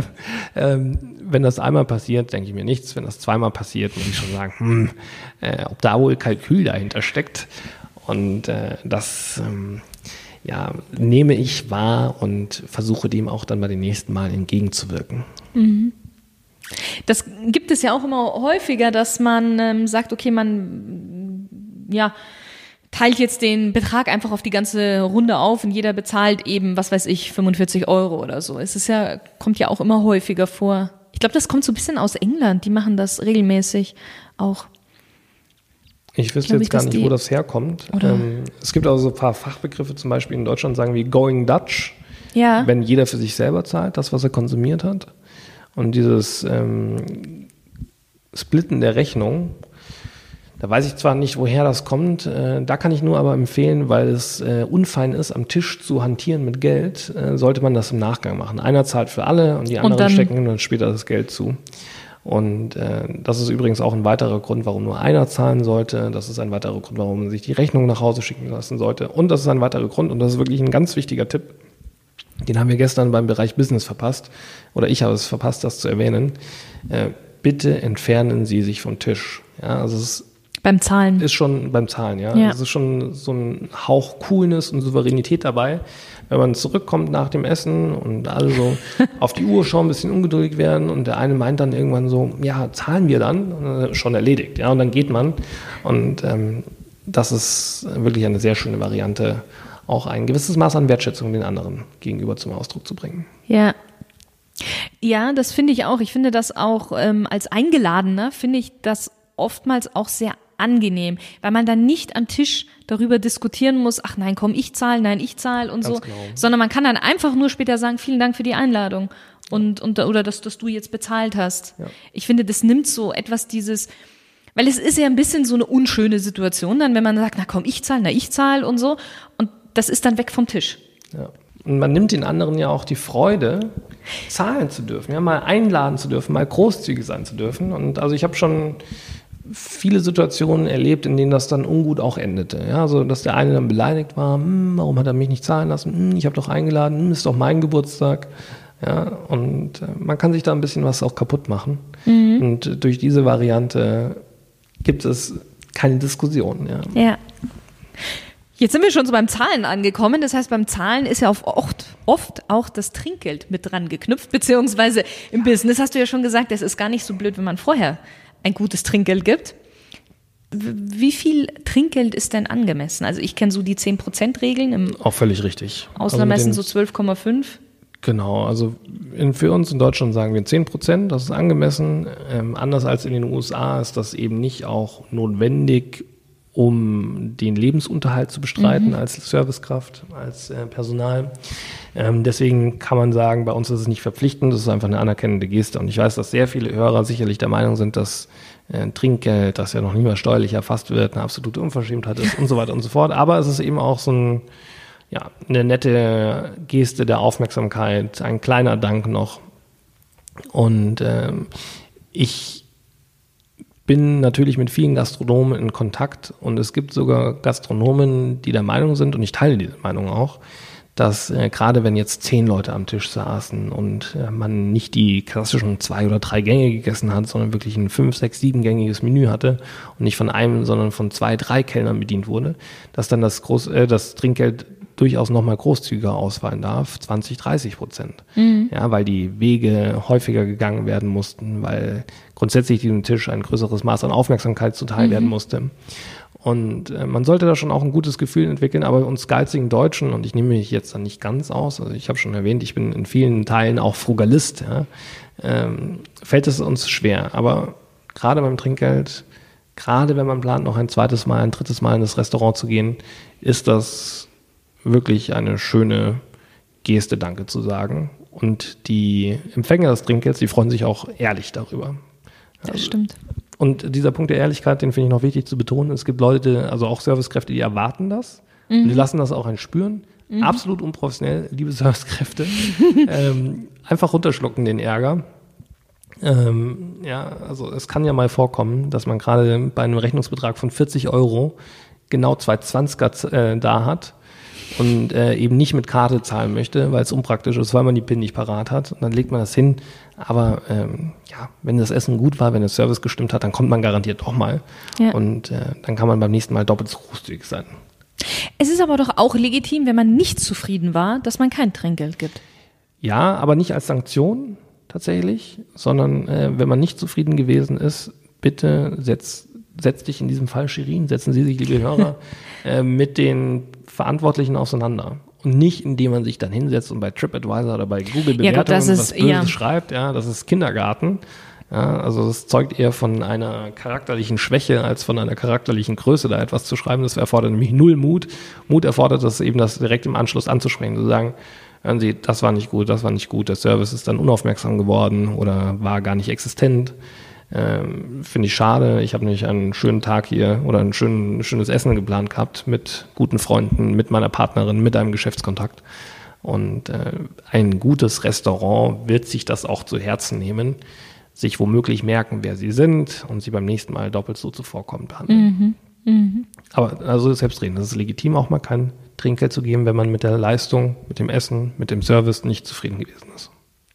[SPEAKER 2] Wenn das einmal passiert, denke ich mir nichts. Wenn das zweimal passiert, muss ich schon sagen, ob da wohl Kalkül dahinter steckt. Und das nehme ich wahr und versuche dem auch dann bei den nächsten Mal entgegenzuwirken.
[SPEAKER 1] Das gibt es ja auch immer häufiger, dass man sagt, okay, man teilt jetzt den Betrag einfach auf die ganze Runde auf und jeder bezahlt eben, was weiß ich, 45 € oder so. Es ist ja, kommt ja auch immer häufiger vor. Ich glaube, das kommt so ein bisschen aus England. Die machen das regelmäßig auch.
[SPEAKER 2] Ich wüsste jetzt gar nicht, wo das herkommt. Es gibt also so ein paar Fachbegriffe, zum Beispiel in Deutschland sagen wir Going Dutch. Ja. Wenn jeder für sich selber zahlt, das, was er konsumiert hat. Und dieses Splitten der Rechnung, da weiß ich zwar nicht, woher das kommt, da kann ich nur aber empfehlen, weil es unfein ist, am Tisch zu hantieren mit Geld, sollte man das im Nachgang machen. Einer zahlt für alle und die anderen stecken dann später das Geld zu. Und das ist übrigens auch ein weiterer Grund, warum nur einer zahlen sollte. Das ist ein weiterer Grund, warum man sich die Rechnung nach Hause schicken lassen sollte. Und das ist ein weiterer Grund, und das ist wirklich ein ganz wichtiger Tipp, den haben wir gestern beim Bereich Business verpasst, oder ich habe es verpasst, das zu erwähnen. Bitte entfernen Sie sich vom Tisch. Ja, also es
[SPEAKER 1] beim Zahlen.
[SPEAKER 2] Ist schon beim Zahlen, ja. Es ist schon so ein Hauch Coolness und Souveränität dabei, wenn man zurückkommt nach dem Essen und alle so auf die Uhr schauen, ein bisschen ungeduldig werden und der eine meint dann irgendwann so, ja, zahlen wir dann? Und dann schon erledigt, ja, und dann geht man. Und das ist wirklich eine sehr schöne Variante, auch ein gewisses Maß an Wertschätzung den anderen gegenüber zum Ausdruck zu bringen.
[SPEAKER 1] Ja. Ja, das finde ich auch. Ich finde das auch als Eingeladener, finde ich das oftmals auch sehr angenehm, weil man dann nicht am Tisch darüber diskutieren muss, ach nein, komm, ich zahle und so, genau. Sondern man kann dann einfach nur später sagen, vielen Dank für die Einladung oder dass du jetzt bezahlt hast. Ja. Ich finde, das nimmt so etwas weil es ist ja ein bisschen so eine unschöne Situation dann, wenn man sagt, na komm, ich zahle und so, und das ist dann weg vom Tisch.
[SPEAKER 2] Ja. Und man nimmt den anderen ja auch die Freude, zahlen zu dürfen, ja, mal einladen zu dürfen, mal großzügig sein zu dürfen. Und also ich habe schon viele Situationen erlebt, in denen das dann ungut auch endete. Ja, also dass der eine dann beleidigt war, warum hat er mich nicht zahlen lassen? Ich habe doch eingeladen, ist doch mein Geburtstag. Ja, und man kann sich da ein bisschen was auch kaputt machen. Und durch diese Variante gibt es keine Diskussion.
[SPEAKER 1] Ja. Jetzt sind wir schon so beim Zahlen angekommen. Das heißt, beim Zahlen ist ja oft auch das Trinkgeld mit dran geknüpft, beziehungsweise im Business hast du ja schon gesagt, es ist gar nicht so blöd, wenn man vorher ein gutes Trinkgeld gibt. Wie viel Trinkgeld ist denn angemessen? Also ich kenne so die 10%-Regeln.
[SPEAKER 2] Auch völlig richtig.
[SPEAKER 1] Auslandsmessen so 12,5.
[SPEAKER 2] Genau, also für uns in Deutschland sagen wir 10%, das ist angemessen. Anders als in den USA ist das eben nicht auch notwendig, um den Lebensunterhalt zu bestreiten als Servicekraft, als Personal. Deswegen kann man sagen, bei uns ist es nicht verpflichtend, das ist einfach eine anerkennende Geste. Und ich weiß, dass sehr viele Hörer sicherlich der Meinung sind, dass Trinkgeld, das ja noch nie mal steuerlich erfasst wird, eine absolute Unverschämtheit ist und so weiter und so fort. Aber es ist eben auch so eine nette Geste der Aufmerksamkeit, ein kleiner Dank noch. Und ich bin natürlich mit vielen Gastronomen in Kontakt und es gibt sogar Gastronomen, die der Meinung sind, und ich teile diese Meinung auch, dass gerade wenn jetzt 10 Leute am Tisch saßen und man nicht die klassischen 2 oder 3 Gänge gegessen hat, sondern wirklich ein 5, 6, 7-gängiges Menü hatte und nicht von einem, sondern von 2, 3 Kellnern bedient wurde, dass dann das Trinkgeld durchaus nochmal großzügiger ausfallen darf, 20-30%. Ja, weil die Wege häufiger gegangen werden mussten, weil grundsätzlich diesem Tisch ein größeres Maß an Aufmerksamkeit zuteil werden musste. Und man sollte da schon auch ein gutes Gefühl entwickeln, aber uns geizigen Deutschen, und ich nehme mich jetzt dann nicht ganz aus, also ich habe schon erwähnt, ich bin in vielen Teilen auch Frugalist, fällt es uns schwer. Aber gerade beim Trinkgeld, gerade wenn man plant, noch ein zweites Mal, ein drittes Mal in das Restaurant zu gehen, ist das wirklich eine schöne Geste, Danke zu sagen. Und die Empfänger des Trinkgelds, die freuen sich auch ehrlich darüber.
[SPEAKER 1] Das stimmt.
[SPEAKER 2] Und dieser Punkt der Ehrlichkeit, den finde ich noch wichtig zu betonen. Es gibt Leute, also auch Servicekräfte, die erwarten das. Und die lassen das auch einen spüren. Absolut unprofessionell, liebe Servicekräfte. Einfach runterschlucken den Ärger. Also es kann ja mal vorkommen, dass man gerade bei einem Rechnungsbetrag von 40 € genau 2 20er da hat und eben nicht mit Karte zahlen möchte, weil es unpraktisch ist, weil man die PIN nicht parat hat. Und dann legt man das hin. Aber wenn das Essen gut war, wenn der Service gestimmt hat, dann kommt man garantiert doch mal. Ja. Und dann kann man beim nächsten Mal doppelt so großzügig sein.
[SPEAKER 1] Es ist aber doch auch legitim, wenn man nicht zufrieden war, dass man kein Trinkgeld gibt.
[SPEAKER 2] Ja, aber nicht als Sanktion tatsächlich, sondern wenn man nicht zufrieden gewesen ist, bitte setz dich in diesem Fall, Shirin, setzen Sie sich, liebe Hörer, mit den Verantwortlichen auseinander. Und nicht, indem man sich dann hinsetzt und bei TripAdvisor oder bei Google Bewertungen was Böses schreibt. Ja, das ist Kindergarten. Ja, also das zeugt eher von einer charakterlichen Schwäche als von einer charakterlichen Größe, da etwas zu schreiben. Das erfordert nämlich null Mut. Mut erfordert es eben, das direkt im Anschluss anzusprechen, zu sagen, hören Sie, das war nicht gut, der Service ist dann unaufmerksam geworden oder war gar nicht existent. Finde ich schade. Ich habe nämlich einen schönen Tag hier oder ein schönes Essen geplant gehabt mit guten Freunden, mit meiner Partnerin, mit einem Geschäftskontakt. Und ein gutes Restaurant wird sich das auch zu Herzen nehmen, sich womöglich merken, wer sie sind und sie beim nächsten Mal doppelt so zuvorkommend behandeln. Aber also selbstredend, das ist legitim, auch mal kein Trinkgeld zu geben, wenn man mit der Leistung, mit dem Essen, mit dem Service nicht zufrieden gewesen ist.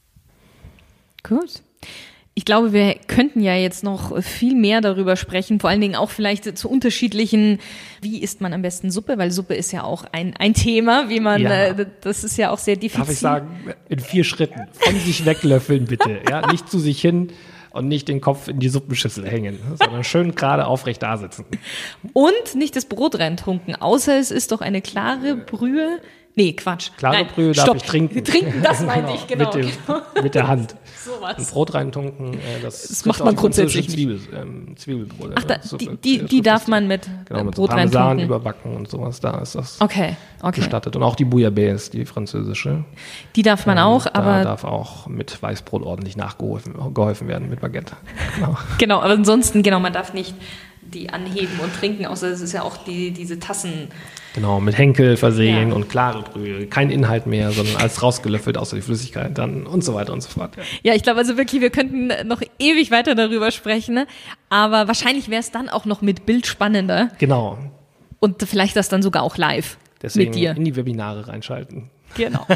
[SPEAKER 1] Gut. Ich glaube, wir könnten ja jetzt noch viel mehr darüber sprechen, vor allen Dingen auch vielleicht zu unterschiedlichen, wie isst man am besten Suppe, weil Suppe ist ja auch ein Thema, wie man, das ist ja auch sehr diffizil.
[SPEAKER 2] Darf ich sagen, in 4 Schritten, von sich weglöffeln bitte, ja, nicht zu sich hin und nicht den Kopf in die Suppenschüssel hängen, sondern schön gerade aufrecht da sitzen.
[SPEAKER 1] Und nicht das Brot reintunken, außer es ist doch eine klare Brühe. Nee, Quatsch.
[SPEAKER 2] Klare Brühe darf ich trinken.
[SPEAKER 1] Trinken, das meinte ich, genau.
[SPEAKER 2] Mit der Hand.
[SPEAKER 1] So was.
[SPEAKER 2] Ein Brot reintunken, das
[SPEAKER 1] macht man grundsätzlich nicht.
[SPEAKER 2] Zwiebelbrot.
[SPEAKER 1] Ach, die darf man mit Brot
[SPEAKER 2] Parmesan
[SPEAKER 1] reintunken.
[SPEAKER 2] Überbacken und sowas, da ist das
[SPEAKER 1] okay.
[SPEAKER 2] gestattet. Und auch die Bouillabaisse, die französische.
[SPEAKER 1] Die darf man auch, aber...
[SPEAKER 2] Da darf auch mit Weißbrot ordentlich nachgeholfen werden, mit Baguette.
[SPEAKER 1] Genau, aber ansonsten, man darf nicht die anheben und trinken, außer es ist ja auch diese Tassen...
[SPEAKER 2] Genau, mit Henkel versehen und klare Brühe. Kein Inhalt mehr, sondern alles rausgelöffelt, außer die Flüssigkeit dann und so weiter und so fort.
[SPEAKER 1] Ja, ich glaube also wirklich, wir könnten noch ewig weiter darüber sprechen, aber wahrscheinlich wäre es dann auch noch mit Bild spannender.
[SPEAKER 2] Genau.
[SPEAKER 1] Und vielleicht das dann sogar auch live.
[SPEAKER 2] Deswegen
[SPEAKER 1] mit dir.
[SPEAKER 2] In die Webinare reinschalten.
[SPEAKER 1] Genau.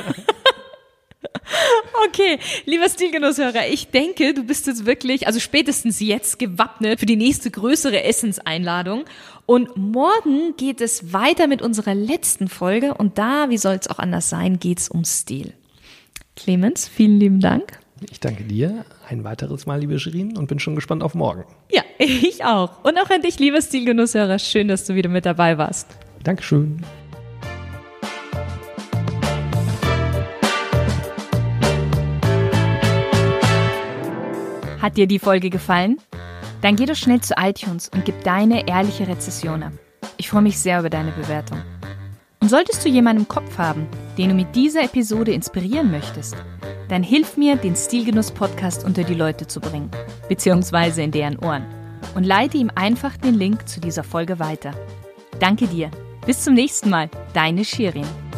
[SPEAKER 1] Okay, lieber Stilgenusshörer, ich denke, du bist jetzt wirklich, also spätestens jetzt gewappnet für die nächste größere Essenseinladung. Und morgen geht es weiter mit unserer letzten Folge und da, wie soll es auch anders sein, geht es um Stil. Clemens, vielen lieben Dank.
[SPEAKER 2] Ich danke dir ein weiteres Mal, liebe Shirin, und bin schon gespannt auf morgen.
[SPEAKER 1] Ja, ich auch. Und auch an dich, lieber Stilgenusshörer, schön, dass du wieder mit dabei warst.
[SPEAKER 2] Dankeschön.
[SPEAKER 1] Hat dir die Folge gefallen? Dann geh doch schnell zu iTunes und gib deine ehrliche Rezession ab. Ich freue mich sehr über deine Bewertung. Und solltest du jemanden im Kopf haben, den du mit dieser Episode inspirieren möchtest, dann hilf mir, den Stilgenuss-Podcast unter die Leute zu bringen, beziehungsweise in deren Ohren. Und leite ihm einfach den Link zu dieser Folge weiter. Danke dir. Bis zum nächsten Mal. Deine Shirin.